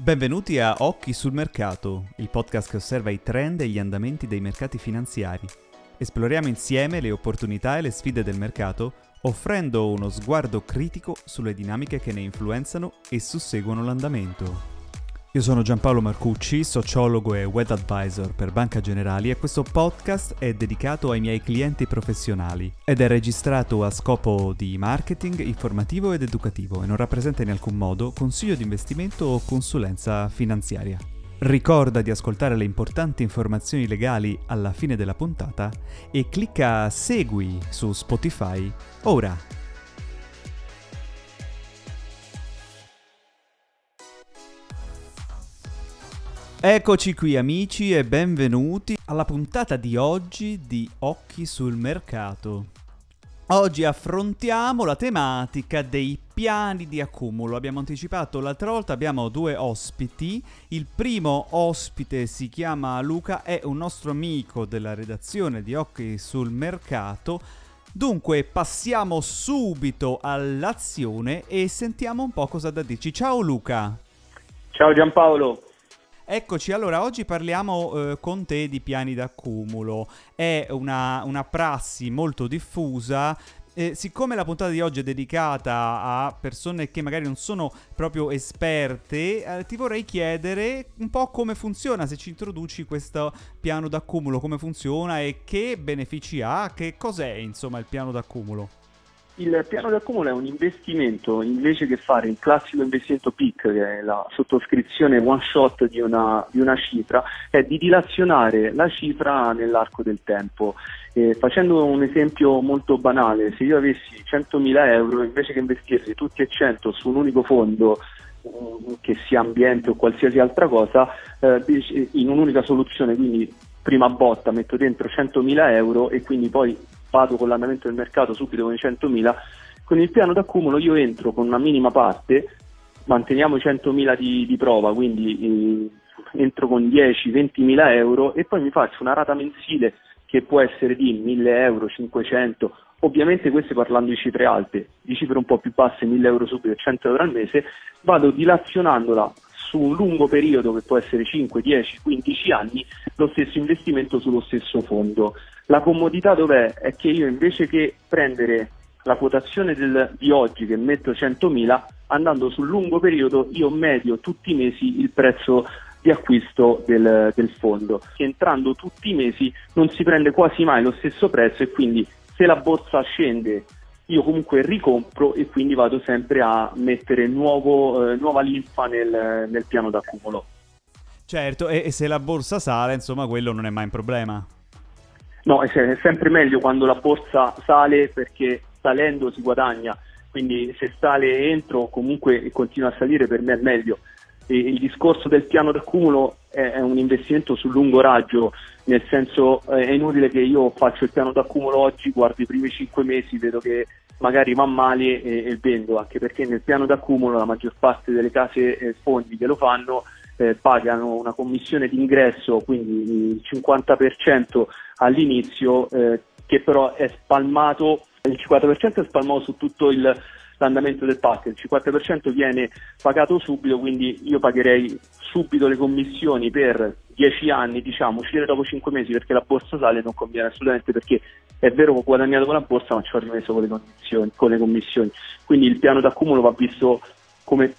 Benvenuti a Occhi sul Mercato, il podcast che osserva i trend e gli andamenti dei mercati finanziari. Esploriamo insieme le opportunità e le sfide del mercato, offrendo uno sguardo critico sulle dinamiche che ne influenzano e susseguono l'andamento. Io sono Giampaolo Marcucci, sociologo e web advisor per Banca Generali e questo podcast è dedicato ai miei clienti professionali ed è registrato a scopo di marketing, informativo ed educativo e non rappresenta in alcun modo consiglio di investimento o consulenza finanziaria. Ricorda di ascoltare le importanti informazioni legali alla fine della puntata e clicca Segui su Spotify ora. Eccoci qui amici e benvenuti alla puntata di oggi di Occhi sul Mercato. Oggi affrontiamo la tematica dei piani di accumulo. Abbiamo anticipato l'altra volta, abbiamo due ospiti. Il primo ospite si chiama Luca, è un nostro amico della redazione di Occhi sul Mercato. Dunque passiamo subito all'azione e sentiamo un po' cosa da dirci. Ciao Luca! Ciao Giampaolo! Eccoci, allora oggi parliamo con te di piani d'accumulo. È una prassi molto diffusa. Siccome la puntata di oggi è dedicata a persone che magari non sono proprio esperte, ti vorrei chiedere un po' come funziona, se ci introduci questo piano d'accumulo, come funziona e che benefici ha, che cos'è insomma il piano d'accumulo. Il piano d'accumulo è un investimento, invece che fare il classico investimento PIC, che è la sottoscrizione one shot di una cifra, è di dilazionare la cifra nell'arco del tempo. Facendo un esempio molto banale, se io avessi 100.000 euro, invece che investirli tutti e 100 su un unico fondo, che sia ambiente o qualsiasi altra cosa, in un'unica soluzione, quindi prima botta metto dentro 100.000 euro e quindi poi vado con l'andamento del mercato subito con i 100.000, con il piano d'accumulo io entro con una minima parte, manteniamo i 100.000 di prova, quindi entro con 10-20.000 euro e poi mi faccio una rata mensile che può essere di 1.000 euro, 500, ovviamente queste parlando di cifre alte, di cifre un po' più basse, 1.000 euro subito e 100 euro al mese, vado dilazionandola su un lungo periodo che può essere 5, 10, 15 anni, lo stesso investimento sullo stesso fondo. La comodità dov'è? È che io invece che prendere la quotazione di oggi che metto 100.000, andando sul lungo periodo io medio tutti i mesi il prezzo di acquisto del fondo. Entrando tutti i mesi non si prende quasi mai lo stesso prezzo e quindi se la borsa scende io comunque ricompro e quindi vado sempre a mettere nuova linfa nel piano d'accumulo. Certo, e se la borsa sale, insomma, quello non è mai un problema. No, è sempre meglio quando la borsa sale perché salendo si guadagna, quindi se sale entro comunque continua a salire per me è meglio. E il discorso del piano d'accumulo è un investimento sul lungo raggio, nel senso è inutile che io faccio il piano d'accumulo oggi, guardo i primi 5 mesi, vedo che magari va male e vendo, anche perché nel piano d'accumulo la maggior parte delle case fondi che lo fanno pagano una commissione d'ingresso, quindi il 50% all'inizio, che però è spalmato, il 50% è spalmato su tutto l'andamento del pacchetto, il 50% viene pagato subito, quindi io pagherei subito le commissioni per 10 anni, diciamo, uscire dopo 5 mesi perché la borsa sale non conviene assolutamente, perché è vero che ho guadagnato con la borsa ma ci ho rimesso con le commissioni, quindi il piano d'accumulo va visto come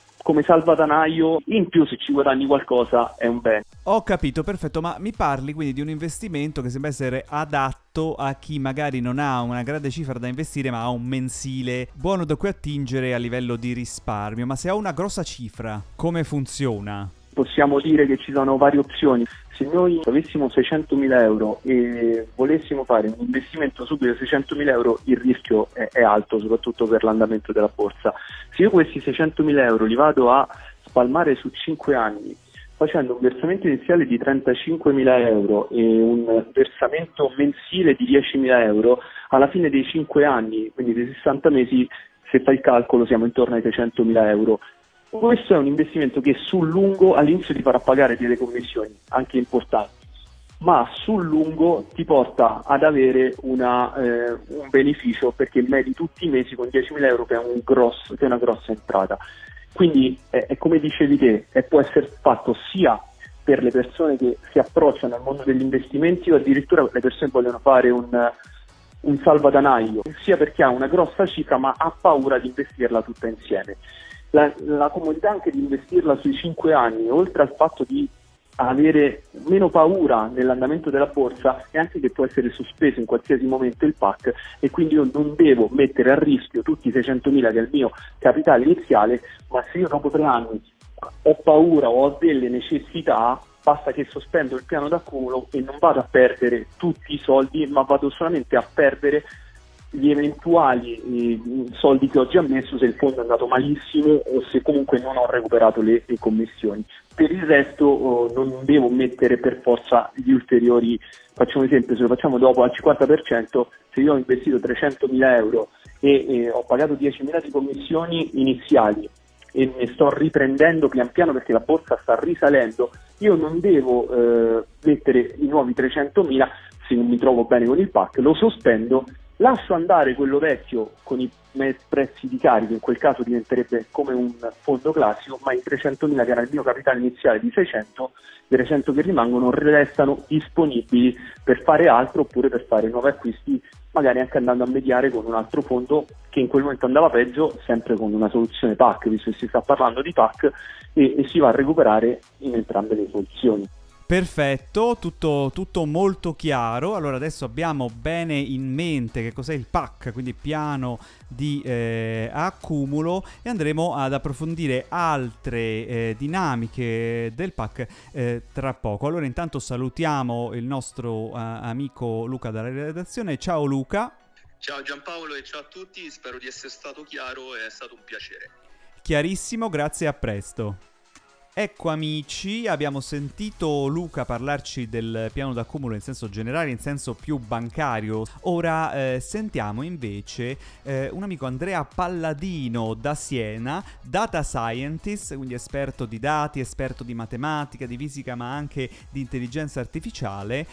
salvadanaio, in più se ci guadagni qualcosa è un bene. Ho capito, perfetto, ma mi parli quindi di un investimento che sembra essere adatto a chi magari non ha una grande cifra da investire ma ha un mensile buono da cui attingere a livello di risparmio, ma se ha una grossa cifra, come funziona? Possiamo dire che ci sono varie opzioni. Se noi avessimo 600.000 euro e volessimo fare un investimento subito di 600.000 euro, il rischio è alto, soprattutto per l'andamento della borsa. Se io questi 600.000 euro li vado a spalmare su 5 anni, facendo un versamento iniziale di 35.000 euro e un versamento mensile di 10.000 euro, alla fine dei 5 anni, quindi dei 60 mesi, se fai il calcolo siamo intorno ai 600.000 euro. Questo è un investimento che sul lungo all'inizio ti farà pagare delle commissioni, anche importanti, ma sul lungo ti porta ad avere un beneficio perché medi tutti i mesi con 10.000 euro che è una grossa entrata. Quindi è come dicevi te, può essere fatto sia per le persone che si approcciano al mondo degli investimenti o addirittura le persone che vogliono fare un salvadanaio, sia perché ha una grossa cifra ma ha paura di investirla tutta insieme. La comodità anche di investirla sui 5 anni, oltre al fatto di avere meno paura nell'andamento della borsa, è anche che può essere sospeso in qualsiasi momento il PAC, e quindi io non devo mettere a rischio tutti i 600.000 che è il mio capitale iniziale, ma se io dopo 3 anni ho paura o ho delle necessità, basta che sospendo il piano d'accumulo e non vado a perdere tutti i soldi, ma vado solamente a perdere gli eventuali soldi che ho già messo se il fondo è andato malissimo o se comunque non ho recuperato le commissioni. Per il resto non devo mettere per forza gli ulteriori. Facciamo un esempio: se lo facciamo dopo al 50%, se io ho investito 300.000 euro e ho pagato 10.000 di commissioni iniziali e ne sto riprendendo pian piano perché la borsa sta risalendo, io non devo mettere i nuovi 300.000 se non mi trovo bene con il PAC, lo sospendo, lascio andare quello vecchio con i prezzi di carico, in quel caso diventerebbe come un fondo classico, ma i 300.000 che era il mio capitale iniziale di 600, i 300 che rimangono restano disponibili per fare altro oppure per fare nuovi acquisti, magari anche andando a mediare con un altro fondo che in quel momento andava peggio, sempre con una soluzione PAC, visto che si sta parlando di PAC, e si va a recuperare in entrambe le soluzioni. Perfetto, tutto molto chiaro. Allora adesso abbiamo bene in mente che cos'è il PAC, quindi piano di accumulo, e andremo ad approfondire altre dinamiche del PAC tra poco. Allora intanto salutiamo il nostro amico Luca dalla redazione. Ciao Luca. Ciao Giampaolo e ciao a tutti, spero di essere stato chiaro, è stato un piacere. Chiarissimo, grazie, a presto. Ecco amici, abbiamo sentito Luca parlarci del piano d'accumulo in senso generale, in senso più bancario. Ora sentiamo invece un amico, Andrea Palladino da Siena, data scientist, quindi esperto di dati, esperto di matematica, di fisica ma anche di intelligenza artificiale.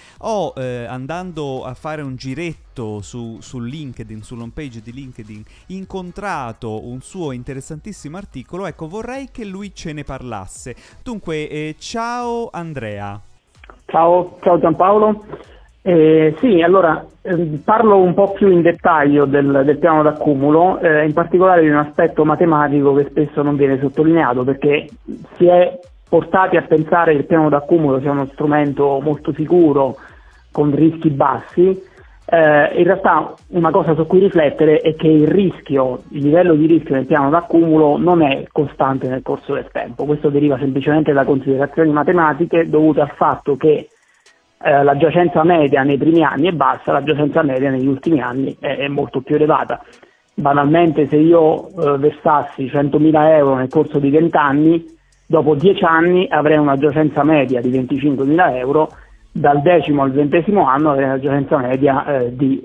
Andando a fare un giretto su LinkedIn, sull'home page di LinkedIn, incontrato un suo interessantissimo articolo. Ecco, vorrei che lui ce ne parlasse. Dunque, ciao Andrea. Ciao Giampaolo. Sì, allora parlo un po' più in dettaglio del piano d'accumulo, in particolare di un aspetto matematico che spesso non viene sottolineato, perché si è portati a pensare che il piano d'accumulo sia uno strumento molto sicuro, con rischi bassi. In realtà una cosa su cui riflettere è che il livello di rischio del piano d'accumulo non è costante nel corso del tempo. Questo deriva semplicemente da considerazioni matematiche dovute al fatto che la giacenza media nei primi anni è bassa, la giacenza media negli ultimi anni è molto più elevata. Banalmente, se io versassi 100.000 euro nel corso di 20 anni, dopo 10 anni avrei una giacenza media di 25.000 euro, dal 10° al 20° anno avrei una giacenza media di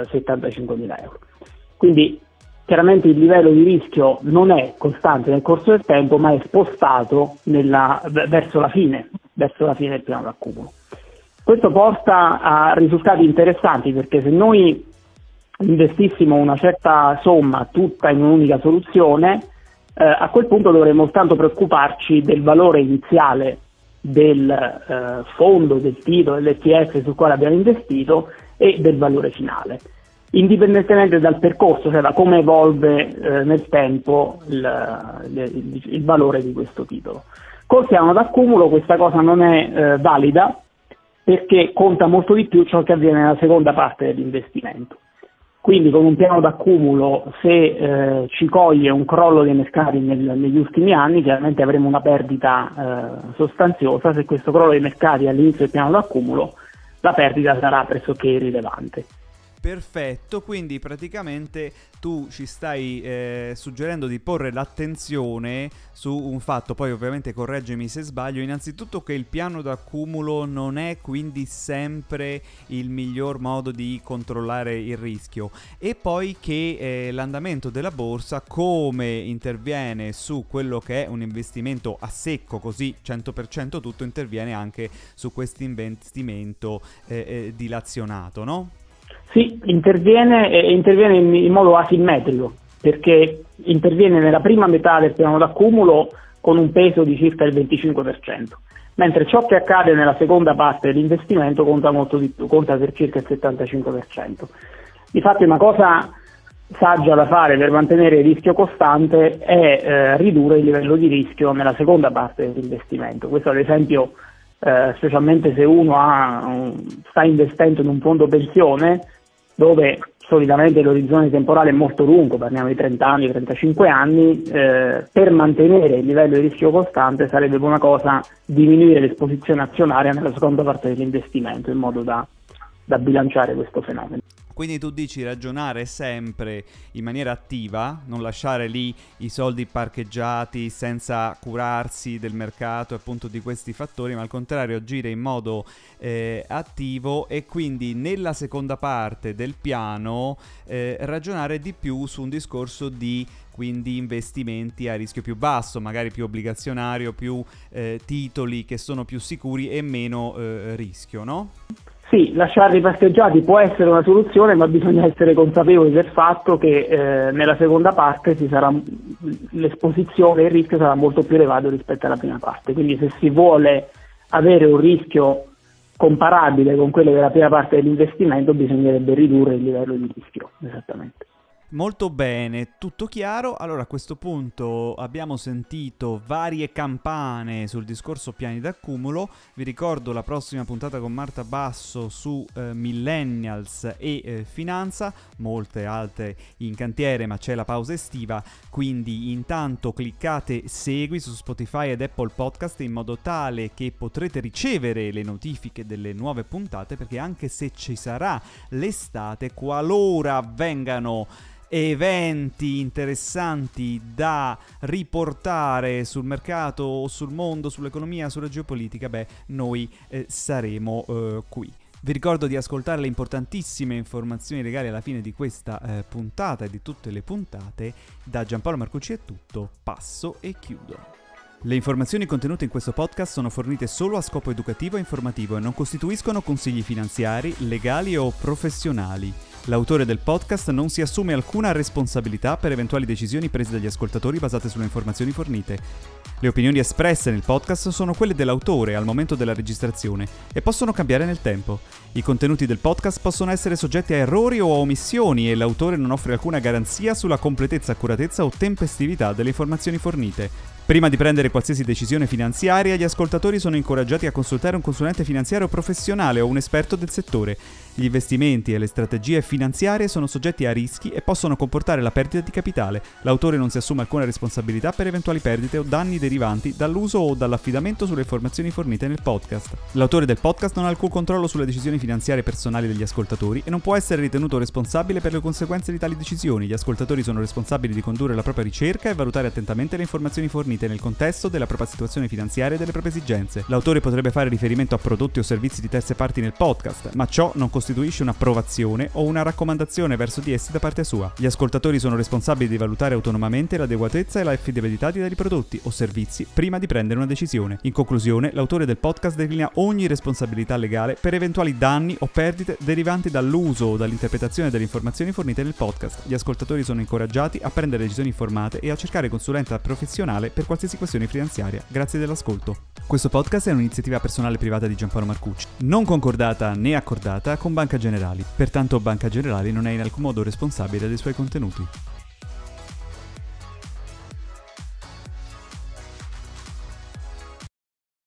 75.000 euro. Quindi chiaramente il livello di rischio non è costante nel corso del tempo, ma è spostato verso la fine del piano d'accumulo. Questo porta a risultati interessanti, perché se noi investissimo una certa somma tutta in un'unica soluzione, a quel punto dovremmo soltanto preoccuparci del valore iniziale del fondo, del titolo, dell'ETF sul quale abbiamo investito e del valore finale, indipendentemente dal percorso, cioè da come evolve nel tempo il valore di questo titolo. Col piano d'accumulo questa cosa non è valida, perché conta molto di più ciò che avviene nella seconda parte dell'investimento. Quindi con un piano d'accumulo, se ci coglie un crollo dei mercati negli ultimi anni, chiaramente avremo una perdita sostanziosa. Se questo crollo dei mercati è all'inizio del piano d'accumulo, la perdita sarà pressoché irrilevante. Perfetto, quindi praticamente tu ci stai suggerendo di porre l'attenzione su un fatto, poi ovviamente correggimi se sbaglio, innanzitutto che il piano d'accumulo non è quindi sempre il miglior modo di controllare il rischio, e poi che l'andamento della borsa, come interviene su quello che è un investimento a secco, così 100% tutto, interviene anche su questo investimento dilazionato, no? Sì, interviene in modo asimmetrico, perché interviene nella prima metà del piano d'accumulo con un peso di circa il 25%, mentre ciò che accade nella seconda parte dell'investimento conta molto di più, conta per circa il 75%. Difatti una cosa saggia da fare per mantenere il rischio costante è ridurre il livello di rischio nella seconda parte dell'investimento. Questo ad esempio specialmente se uno sta investendo in un fondo pensione dove solitamente l'orizzonte temporale è molto lungo, parliamo di 30 anni, 35 anni, per mantenere il livello di rischio costante sarebbe buona cosa diminuire l'esposizione azionaria nella seconda parte dell'investimento in modo da bilanciare questo fenomeno. Quindi tu dici ragionare sempre in maniera attiva, non lasciare lì i soldi parcheggiati senza curarsi del mercato e appunto di questi fattori, ma al contrario agire in modo attivo e quindi nella seconda parte del piano ragionare di più su un discorso di quindi investimenti a rischio più basso, magari più obbligazionario, più titoli che sono più sicuri e meno rischio, no? Sì, lasciarli parcheggiati può essere una soluzione, ma bisogna essere consapevoli del fatto che nella seconda parte l'esposizione e il rischio sarà molto più elevato rispetto alla prima parte. Quindi se si vuole avere un rischio comparabile con quello della prima parte dell'investimento, bisognerebbe ridurre il livello di rischio. Esattamente. Molto bene, tutto chiaro. Allora a questo punto abbiamo sentito varie campane sul discorso piani d'accumulo. Vi ricordo la prossima puntata con Marta Basso su millennials e finanza, molte altre in cantiere, ma c'è la pausa estiva, quindi intanto cliccate segui su Spotify ed Apple Podcast in modo tale che potrete ricevere le notifiche delle nuove puntate, perché anche se ci sarà l'estate, qualora vengano eventi interessanti da riportare sul mercato o sul mondo, sull'economia, sulla geopolitica, noi saremo qui. Vi ricordo di ascoltare le importantissime informazioni legali alla fine di questa puntata e di tutte le puntate. Da Giampaolo Marcucci è tutto, passo e chiudo. Le informazioni contenute in questo podcast sono fornite solo a scopo educativo e informativo e non costituiscono consigli finanziari, legali o professionali. L'autore del podcast non si assume alcuna responsabilità per eventuali decisioni prese dagli ascoltatori basate sulle informazioni fornite. Le opinioni espresse nel podcast sono quelle dell'autore al momento della registrazione e possono cambiare nel tempo. I contenuti del podcast possono essere soggetti a errori o a omissioni e l'autore non offre alcuna garanzia sulla completezza, accuratezza o tempestività delle informazioni fornite. Prima di prendere qualsiasi decisione finanziaria, gli ascoltatori sono incoraggiati a consultare un consulente finanziario professionale o un esperto del settore. Gli investimenti e le strategie finanziarie sono soggetti a rischi e possono comportare la perdita di capitale. L'autore non si assume alcuna responsabilità per eventuali perdite o danni derivanti dall'uso o dall'affidamento sulle informazioni fornite nel podcast. L'autore del podcast non ha alcun controllo sulle decisioni finanziarie personali degli ascoltatori e non può essere ritenuto responsabile per le conseguenze di tali decisioni. Gli ascoltatori sono responsabili di condurre la propria ricerca e valutare attentamente le informazioni fornite nel contesto della propria situazione finanziaria e delle proprie esigenze. L'autore potrebbe fare riferimento a prodotti o servizi di terze parti nel podcast, ma ciò non costituisce un'approvazione o una raccomandazione verso di essi da parte sua. Gli ascoltatori sono responsabili di valutare autonomamente l'adeguatezza e l'affidabilità di tali prodotti o servizi prima di prendere una decisione. In conclusione, l'autore del podcast declina ogni responsabilità legale per eventuali danni o perdite derivanti dall'uso o dall'interpretazione delle informazioni fornite nel podcast. Gli ascoltatori sono incoraggiati a prendere decisioni informate e a cercare consulenza professionale per qualsiasi questione finanziaria. Grazie dell'ascolto. Questo podcast è un'iniziativa personale privata di Giampaolo Marcucci, non concordata né accordata con Banca Generali. Pertanto Banca Generali non è in alcun modo responsabile dei suoi contenuti.